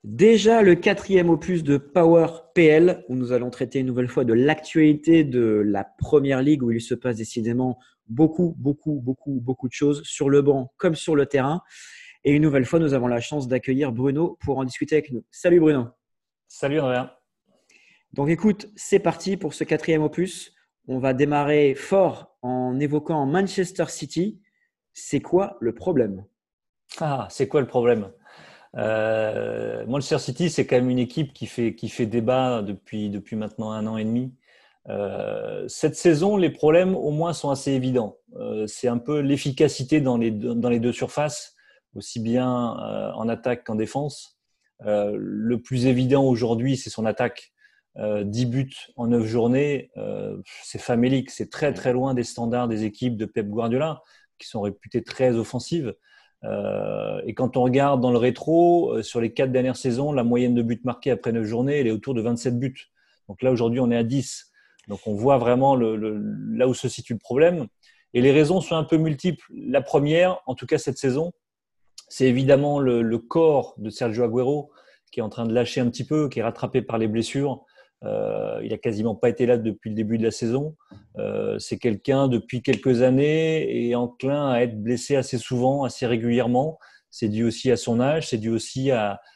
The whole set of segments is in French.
Déjà le quatrième opus de Power PL, où nous allons traiter une nouvelle fois de l'actualité de la Première Ligue, où il se passe décidément beaucoup de choses sur le banc comme sur le terrain. Et une nouvelle fois, nous avons la chance d'accueillir Bruno pour en discuter avec nous. Salut Bruno. Salut Andrea. Donc écoute, c'est parti pour ce quatrième opus. On va démarrer fort en évoquant Manchester City. C'est quoi le problème? C'est quoi le problème? Manchester City, c'est quand même une équipe qui fait débat depuis maintenant 1 an et demi. Cette saison, les problèmes au moins sont assez évidents. C'est un peu l'efficacité dans les deux surfaces, aussi bien en attaque qu'en défense. Le plus évident aujourd'hui, c'est son attaque. 10 buts en 9 journées, c'est famélique. C'est très très loin des standards des équipes de Pep Guardiola, qui sont réputées très offensives. Et quand on regarde dans le rétro, sur les 4 dernières saisons, la moyenne de buts marqués après 9 journées, elle est autour de 27 buts. Donc là, aujourd'hui, on est à 10. Donc on voit vraiment là où se situe le problème. Et les raisons sont un peu multiples. La première, en tout cas cette saison, c'est évidemment le corps de Sergio Agüero qui est en train de lâcher un petit peu, qui est rattrapé par les blessures. Il a quasiment pas été là depuis le début de la saison. C'est quelqu'un depuis quelques années est enclin à être blessé assez souvent, assez régulièrement. C'est dû aussi à son âge, c'est dû aussi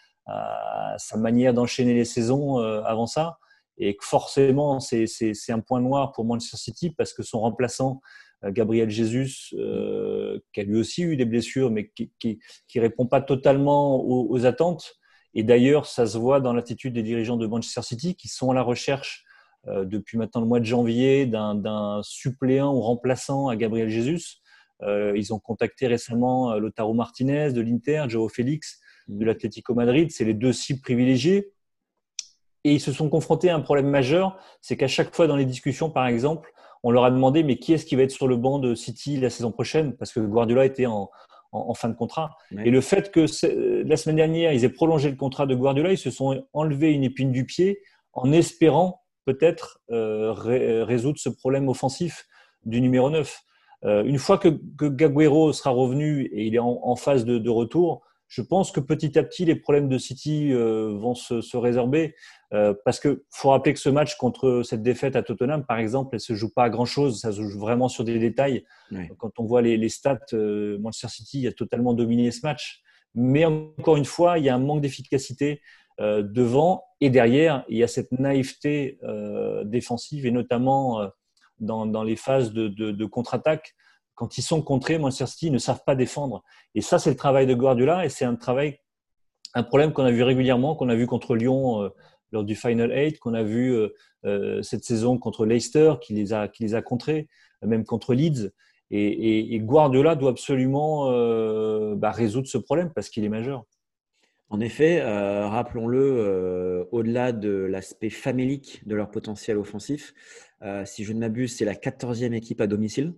à sa manière d'enchaîner les saisons avant ça. Et forcément, c'est un point noir pour Manchester City parce que son remplaçant, Gabriel Jesus, qui a lui aussi eu des blessures, mais qui répond pas totalement aux attentes. Et d'ailleurs, ça se voit dans l'attitude des dirigeants de Manchester City qui sont à la recherche depuis maintenant le mois de janvier d'un suppléant ou remplaçant à Gabriel Jesus. Ils ont contacté récemment Lautaro Martinez de l'Inter, Joao Félix de l'Atlético Madrid. C'est les deux cibles privilégiées. Et ils se sont confrontés à un problème majeur, c'est qu'à chaque fois dans les discussions, par exemple, on leur a demandé mais qui est-ce qui va être sur le banc de City la saison prochaine, parce que Guardiola était en fin de contrat. Ouais. Et le fait que la semaine dernière, ils aient prolongé le contrat de Guardiola, ils se sont enlevé une épine du pied en espérant peut-être résoudre ce problème offensif du numéro 9. Une fois que Agüero sera revenu et il est en phase de retour, je pense que petit à petit, les problèmes de City vont se résorber. Parce qu'il faut rappeler que ce match contre cette défaite à Tottenham, par exemple, elle ne se joue pas à grand-chose, ça se joue vraiment sur des détails. Ouais. Quand on voit les stats, Manchester City a totalement dominé ce match. Mais encore une fois, il y a un manque d'efficacité devant et derrière. Il y a cette naïveté défensive et notamment dans les phases de contre-attaque. Quand ils sont contrés, Manchester City ne savent pas défendre. Et ça, c'est le travail de Guardiola et c'est un problème qu'on a vu régulièrement, qu'on a vu contre Lyon lors du Final 8, qu'on a vu cette saison contre Leicester, qui les a contrés, même contre Leeds. Et Guardiola doit absolument résoudre ce problème parce qu'il est majeur. En effet, rappelons-le, au-delà de l'aspect famélique de leur potentiel offensif, si je ne m'abuse, c'est la 14e équipe à domicile.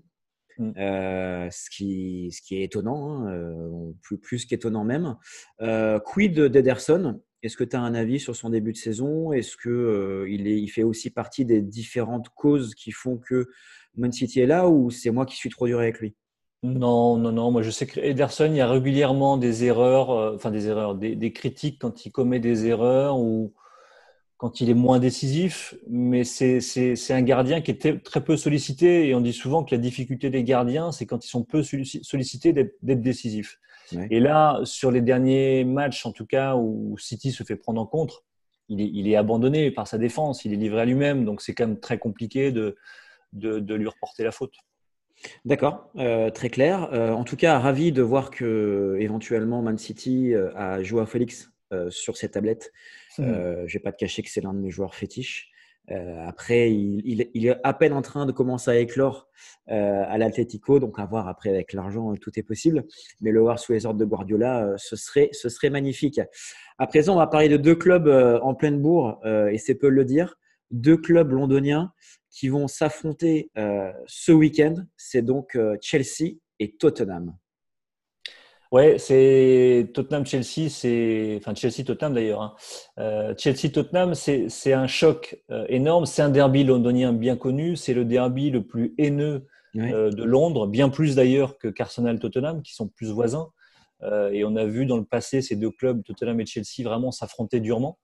Ce qui est étonnant, plus qu'étonnant même. Quid d'Ederson? Est-ce que tu as un avis sur son début de saison? Est-ce qu'il fait aussi partie des différentes causes qui font que Man City est là, ou c'est moi qui suis trop dur avec lui? Non, non, non. Moi, je sais qu'Ederson, il y a régulièrement des erreurs, des critiques quand il commet des erreurs ou quand il est moins décisif. Mais c'est un gardien qui est très peu sollicité et on dit souvent que la difficulté des gardiens, c'est quand ils sont peu sollicités d'être décisifs. Ouais. Et là, sur les derniers matchs, en tout cas, où City se fait prendre en contre, il est abandonné par sa défense, il est livré à lui-même. Donc, c'est quand même très compliqué de lui reporter la faute. D'accord, très clair. En tout cas, ravi de voir que éventuellement Man City a Joao Félix sur ses tablettes. Je ne vais pas te cacher que c'est l'un de mes joueurs fétiches. Après, il est à peine en train de commencer à éclore à l'Atlético, donc à voir après avec l'argent, tout est possible. Mais le voir sous les ordres de Guardiola, ce serait magnifique. À présent, on va parler de deux clubs en pleine bourre, et c'est peu le dire. Deux clubs londoniens qui vont s'affronter ce week-end. C'est donc Chelsea et Tottenham. Ouais, c'est Tottenham-Chelsea, enfin Chelsea-Tottenham d'ailleurs, hein. Chelsea-Tottenham, c'est un choc énorme. C'est un derby londonien bien connu. C'est le derby le plus haineux Ouais. de Londres, bien plus d'ailleurs que qu'Arsenal-Tottenham, qui sont plus voisins. Et on a vu dans le passé ces deux clubs, Tottenham et Chelsea, vraiment s'affronter durement.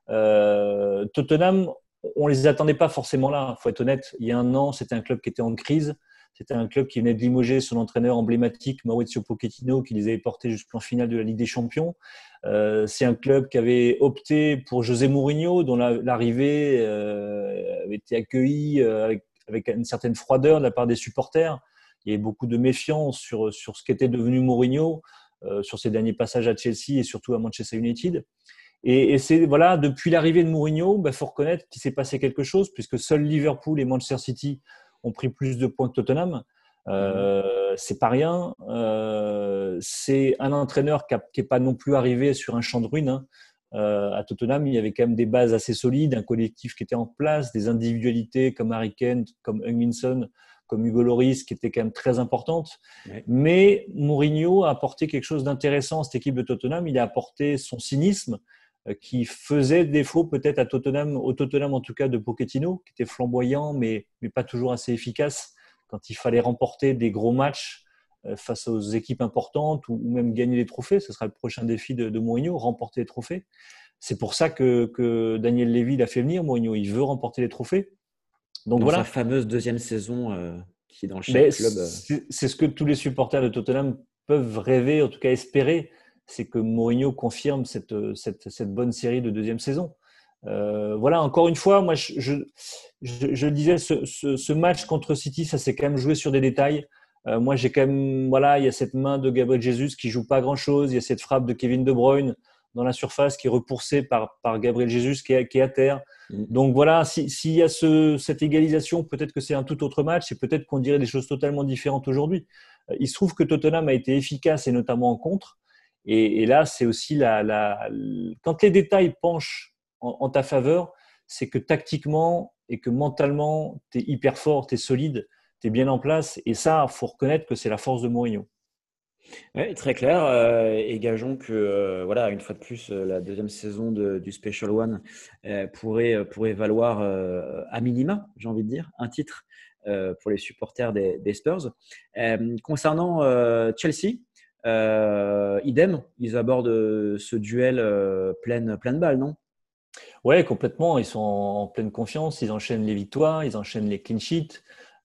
Tottenham, on les attendait pas forcément là. Il faut être honnête. Il y a un an, c'était un club qui était en crise. C'était un club qui venait de limoger son entraîneur emblématique, Mauricio Pochettino, qui les avait portés jusqu'en finale de la Ligue des Champions. C'est un club qui avait opté pour José Mourinho, dont l'arrivée avait été accueillie avec une certaine froideur de la part des supporters. Il y avait beaucoup de méfiance sur ce qu'était devenu Mourinho, sur ses derniers passages à Chelsea et surtout à Manchester United. Et c'est voilà, depuis l'arrivée de Mourinho, faut reconnaître qu'il s'est passé quelque chose, puisque seuls Liverpool et Manchester City ont pris plus de points que Tottenham. C'est pas rien. C'est un entraîneur qui n'est pas non plus arrivé sur un champ de ruines. Hein. À Tottenham, il y avait quand même des bases assez solides, un collectif qui était en place, des individualités comme Harry Kane, comme Heung-min Son, comme Hugo Lloris, qui étaient quand même très importantes. Ouais. Mais Mourinho a apporté quelque chose d'intéressant à cette équipe de Tottenham. Il a apporté son cynisme, qui faisait défaut peut-être au Tottenham en tout cas de Pochettino, qui était flamboyant mais pas toujours assez efficace quand il fallait remporter des gros matchs face aux équipes importantes ou même gagner des trophées. Ce sera le prochain défi de Mourinho, remporter les trophées. C'est pour ça que Daniel Levy l'a fait venir, Mourinho. Il veut remporter les trophées. Donc dans sa fameuse deuxième saison qui est dans chaque club. C'est ce que tous les supporters de Tottenham peuvent rêver, en tout cas espérer. C'est que Mourinho confirme cette bonne série de deuxième saison. Voilà, encore une fois, moi, je disais, ce match contre City, ça s'est quand même joué sur des détails. Moi, j'ai quand même, voilà, il y a cette main de Gabriel Jesus qui joue pas grand-chose. Il y a cette frappe de Kevin De Bruyne dans la surface qui est repoussée par Gabriel Jesus qui est à terre. Donc voilà, s'il y a cette égalisation, peut-être que c'est un tout autre match et peut-être qu'on dirait des choses totalement différentes aujourd'hui. Il se trouve que Tottenham a été efficace et notamment en contre. Et là, c'est aussi quand les détails penchent en ta faveur, c'est que tactiquement et que mentalement, tu es hyper fort, tu es solide, tu es bien en place. Et ça, il faut reconnaître que c'est la force de Mourinho. Oui, très clair. Et gageons que, voilà, une fois de plus, la deuxième saison du Special One pourrait valoir à minima, j'ai envie de dire, un titre pour les supporters des Spurs. Concernant Chelsea, idem, ils abordent ce duel pleine balle, non? Ouais, complètement. Ils sont en pleine confiance. Ils enchaînent les victoires, ils enchaînent les clean sheets.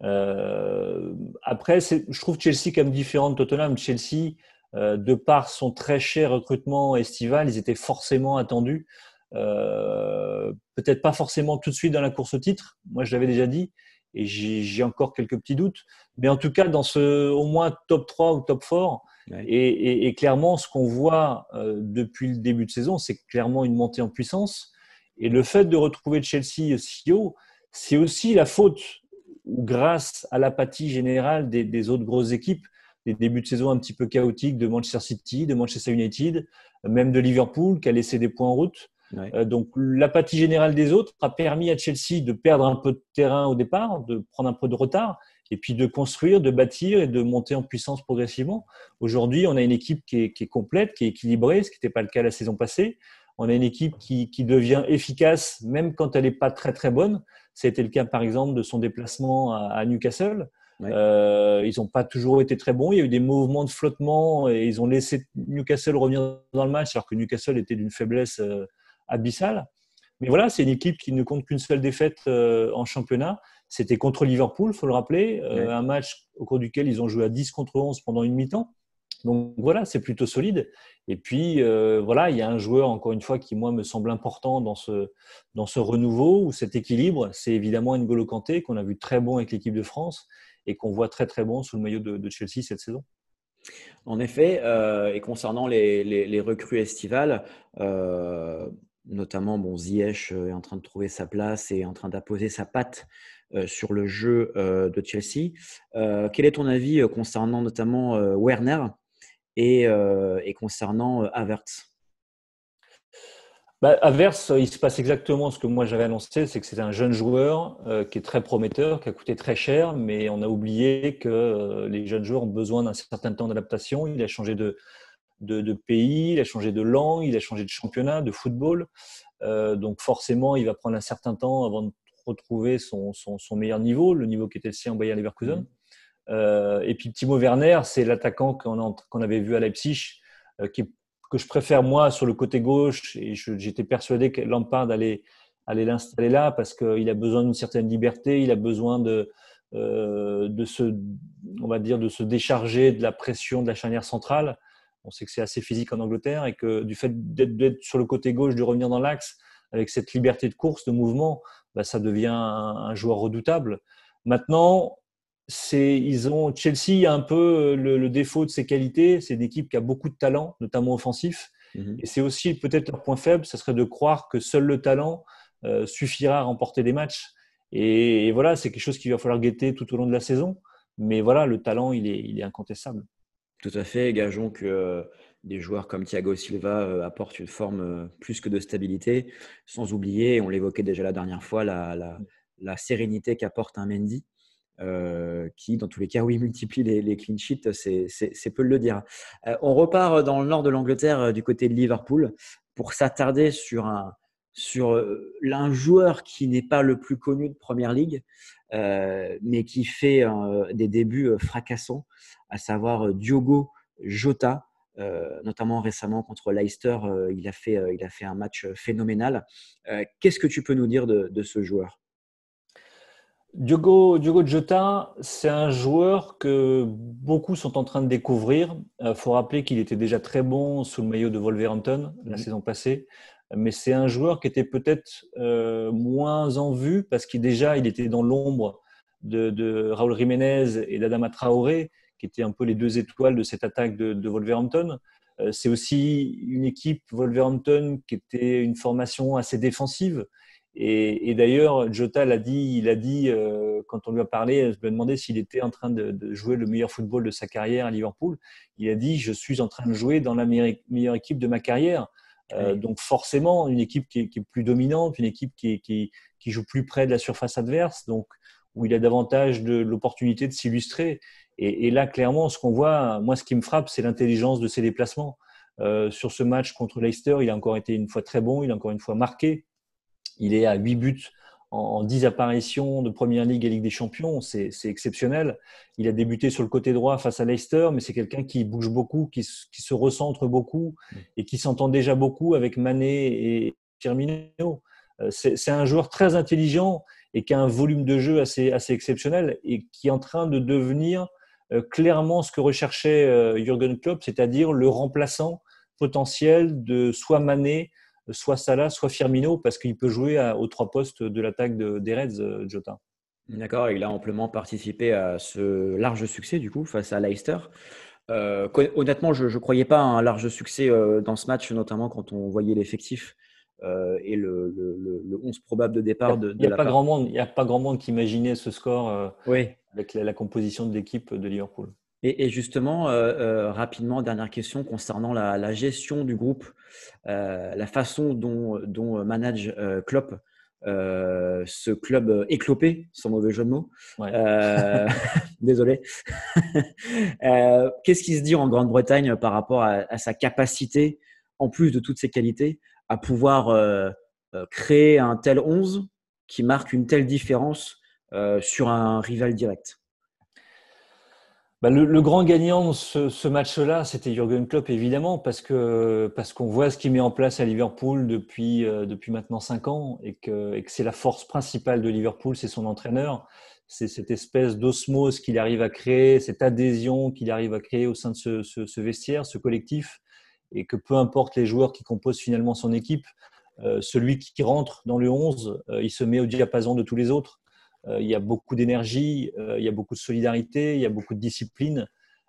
Après, je trouve Chelsea quand même différent de Tottenham. Chelsea, de par son très cher recrutement estival, ils étaient forcément attendus. Peut-être pas forcément tout de suite dans la course au titre. Moi, je l'avais déjà dit. Et j'ai encore quelques petits doutes. Mais en tout cas, dans au moins top 3 ou top 4, ouais. Et clairement, ce qu'on voit depuis le début de saison, c'est clairement une montée en puissance. Et le fait de retrouver Chelsea si haut, c'est aussi la faute ou grâce à l'apathie générale des autres grosses équipes, des débuts de saison un petit peu chaotiques de Manchester City, de Manchester United, même de Liverpool qui a laissé des points en route. Ouais. Donc l'apathie générale des autres a permis à Chelsea de perdre un peu de terrain au départ, de prendre un peu de retard et puis de construire, de bâtir et de monter en puissance progressivement. Aujourd'hui, on a une équipe qui est complète, qui est équilibrée, ce qui n'était pas le cas la saison passée. On a une équipe qui devient efficace même quand elle n'est pas très très bonne. Ça a été le cas par exemple de son déplacement à Newcastle. Ouais. Ils n'ont pas toujours été très bons. Il y a eu des mouvements de flottement et ils ont laissé Newcastle revenir dans le match alors que Newcastle était d'une faiblesse abyssale. Mais voilà, c'est une équipe qui ne compte qu'une seule défaite en championnat. C'était contre Liverpool, il faut le rappeler. Ouais. Un match au cours duquel ils ont joué à 10 contre 11 pendant une mi-temps. Donc voilà, c'est plutôt solide. Et puis voilà, il y a un joueur, encore une fois, qui moi me semble important dans ce renouveau ou cet équilibre. C'est évidemment N'Golo Kanté, qu'on a vu très bon avec l'équipe de France et qu'on voit très très bon sous le maillot de Chelsea cette saison. En effet, et concernant les recrues estivales, notamment Ziyech est en train de trouver sa place et est en train d'apposer sa patte sur le jeu de Chelsea. Quel est ton avis concernant notamment Werner et concernant Havertz? Havertz, il se passe exactement ce que moi j'avais annoncé, c'est que c'est un jeune joueur qui est très prometteur, qui a coûté très cher, mais on a oublié que les jeunes joueurs ont besoin d'un certain temps d'adaptation. Il a changé de pays, il a changé de langue, il a changé de championnat, de football. Donc forcément, il va prendre un certain temps avant de retrouver son meilleur niveau, le niveau qui était le sien en Bayer Leverkusen. Et puis Timo Werner, c'est l'attaquant qu'on avait vu à Leipzig, que je préfère moi sur le côté gauche. Et j'étais persuadé que Lampard allait l'installer là parce qu'il a besoin d'une certaine liberté, il a besoin on va dire, de se décharger de la pression de la charnière centrale. On sait que c'est assez physique en Angleterre et que du fait d'être sur le côté gauche, de revenir dans l'axe avec cette liberté de course, de mouvement, bah, ça devient un joueur redoutable. Maintenant, Chelsea a un peu le défaut de ses qualités. C'est une équipe qui a beaucoup de talent, notamment offensif. Et c'est aussi peut-être leur point faible, ça serait de croire que seul le talent suffira à remporter des matchs. Et voilà, c'est quelque chose qu'il va falloir guetter tout au long de la saison. Mais voilà, le talent, il est incontestable. Tout à fait. Gageons que des joueurs comme Thiago Silva apportent une forme plus que de stabilité, sans oublier, on l'évoquait déjà la dernière fois, la sérénité qu'apporte un Mendy, qui, dans tous les cas, oui, multiplie les clean sheets, c'est peu de le dire. On repart dans le nord de l'Angleterre, du côté de Liverpool, pour s'attarder sur un joueur qui n'est pas le plus connu de Première Ligue, mais qui fait des débuts fracassants, à savoir Diogo Jota. Notamment récemment contre Leicester, il a fait un match phénoménal. Qu'est-ce que tu peux nous dire de ce joueur? Diogo Jota, c'est un joueur que beaucoup sont en train de découvrir. Il faut rappeler qu'il était déjà très bon sous le maillot de Wolverhampton la saison passée, mais c'est un joueur qui était peut-être moins en vue parce qu'il était dans l'ombre de Raúl Jiménez et d'Adama Traoré, qui étaient un peu les deux étoiles de cette attaque de Wolverhampton. C'est aussi une équipe Wolverhampton qui était une formation assez défensive. Et d'ailleurs, Jota il a dit quand on lui a parlé, je lui ai demandé s'il était en train de jouer le meilleur football de sa carrière à Liverpool. Il a dit, je suis en train de jouer dans la meilleure équipe de ma carrière. Donc forcément, une équipe qui est plus dominante, une équipe qui joue plus près de la surface adverse, donc où il a davantage de l'opportunité de s'illustrer. Et là, clairement, ce qu'on voit, moi, ce qui me frappe, c'est l'intelligence de ses déplacements. Sur ce match contre Leicester, il a encore été une fois très bon, il a encore une fois marqué. Il est à 8 buts en 10 apparitions de Première Ligue et Ligue des Champions. C'est exceptionnel. Il a débuté sur le côté droit face à Leicester, mais c'est quelqu'un qui bouge beaucoup, qui se recentre beaucoup et qui s'entend déjà beaucoup avec Mané et Firmino. C'est un joueur très intelligent et qui a un volume de jeu assez exceptionnel et qui est en train de devenir clairement ce que recherchait Jürgen Klopp, c'est-à-dire le remplaçant potentiel de soit Mané, soit Salah, soit Firmino, parce qu'il peut jouer aux trois postes de l'attaque des Reds, Jota. D'accord, il a amplement participé à ce large succès du coup face à Leicester. Honnêtement, je ne croyais pas à un large succès dans ce match, notamment quand on voyait l'effectif et le 11 probable de départ Il de n'y a, la pas part. grand monde, il y a pas grand monde qui imaginait ce score Oui. avec la composition de l'équipe de Liverpool. Et justement, rapidement, dernière question concernant la gestion du groupe, la façon dont manage Klopp ce club éclopé, sans mauvais jeu de mots. Ouais. Désolé. Qu'est-ce qui se dit en Grande-Bretagne par rapport à sa capacité, en plus de toutes ses qualités, à pouvoir créer un tel 11 qui marque une telle différence sur un rival direct? Bah, le grand gagnant de ce match-là, c'était Jürgen Klopp, évidemment, parce qu'on voit ce qu'il met en place à Liverpool depuis maintenant 5 ans et que c'est la force principale de Liverpool, c'est son entraîneur. C'est cette espèce d'osmose qu'il arrive à créer, cette adhésion qu'il arrive à créer au sein de ce vestiaire, ce collectif, et que peu importe les joueurs qui composent finalement son équipe, celui qui rentre dans le 11, il se met au diapason de tous les autres. Il y a beaucoup d'énergie, il y a beaucoup de solidarité, il y a beaucoup de discipline.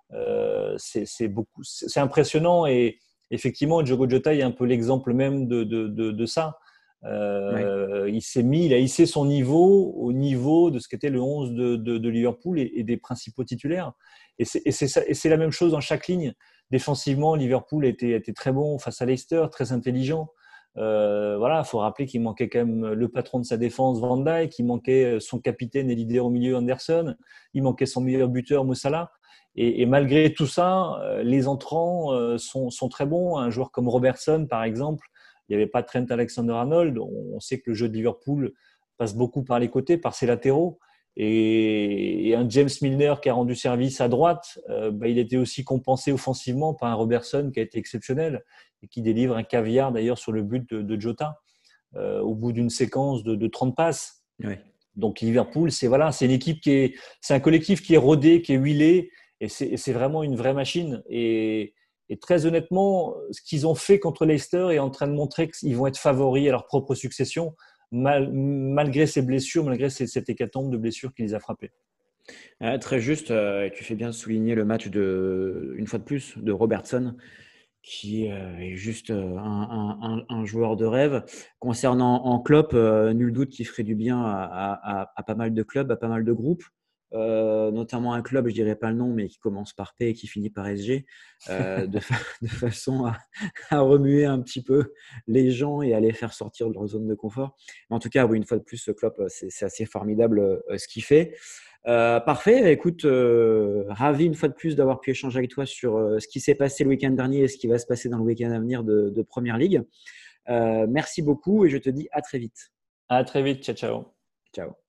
C'est impressionnant et effectivement, Diogo Jota est un peu l'exemple même de ça. Ouais. Il a hissé son niveau au niveau de ce qu'était le 11 de Liverpool et des principaux titulaires. Et c'est la même chose dans chaque ligne. Défensivement, Liverpool était très bon face à Leicester, très intelligent. Voilà, il faut rappeler qu'il manquait quand même le patron de sa défense, Van Dijk, il manquait son capitaine et leader au milieu, Anderson, il manquait son meilleur buteur, Mo Salah. Et malgré tout ça, les entrants sont très bons. Un joueur comme Robertson, par exemple, il n'y avait pas Trent Alexander-Arnold. On sait que le jeu de Liverpool passe beaucoup par les côtés, par ses latéraux. Et un James Milner qui a rendu service à droite, il était aussi compensé offensivement par un Robertson qui a été exceptionnel et qui délivre un caviar d'ailleurs sur le but de Jota au bout d'une séquence de 30 passes. Ouais. Donc Liverpool, c'est une équipe c'est un collectif qui est rodé, qui est huilé, et c'est vraiment une vraie machine. Et très honnêtement, ce qu'ils ont fait contre Leicester est en train de montrer qu'ils vont être favoris à leur propre succession, malgré ces blessures, malgré cette hécatombe de blessures qui les a frappés. Très juste, et tu fais bien de souligner le match une fois de plus, de Robertson, qui est juste un joueur de rêve. Concernant en Klopp, nul doute qu'il ferait du bien à pas mal de clubs, à pas mal de groupes, notamment un club, je dirais pas le nom, mais qui commence par P et qui finit par SG, de façon à remuer un petit peu les gens et à les faire sortir de leur zone de confort. Mais en tout cas, oui, une fois de plus, Klopp, c'est assez formidable ce qu'il fait. Parfait, écoute, ravi une fois de plus d'avoir pu échanger avec toi sur ce qui s'est passé le week-end dernier et ce qui va se passer dans le week-end à venir de Première Ligue. Merci beaucoup et je te dis à très vite. À très vite, ciao ciao. Ciao.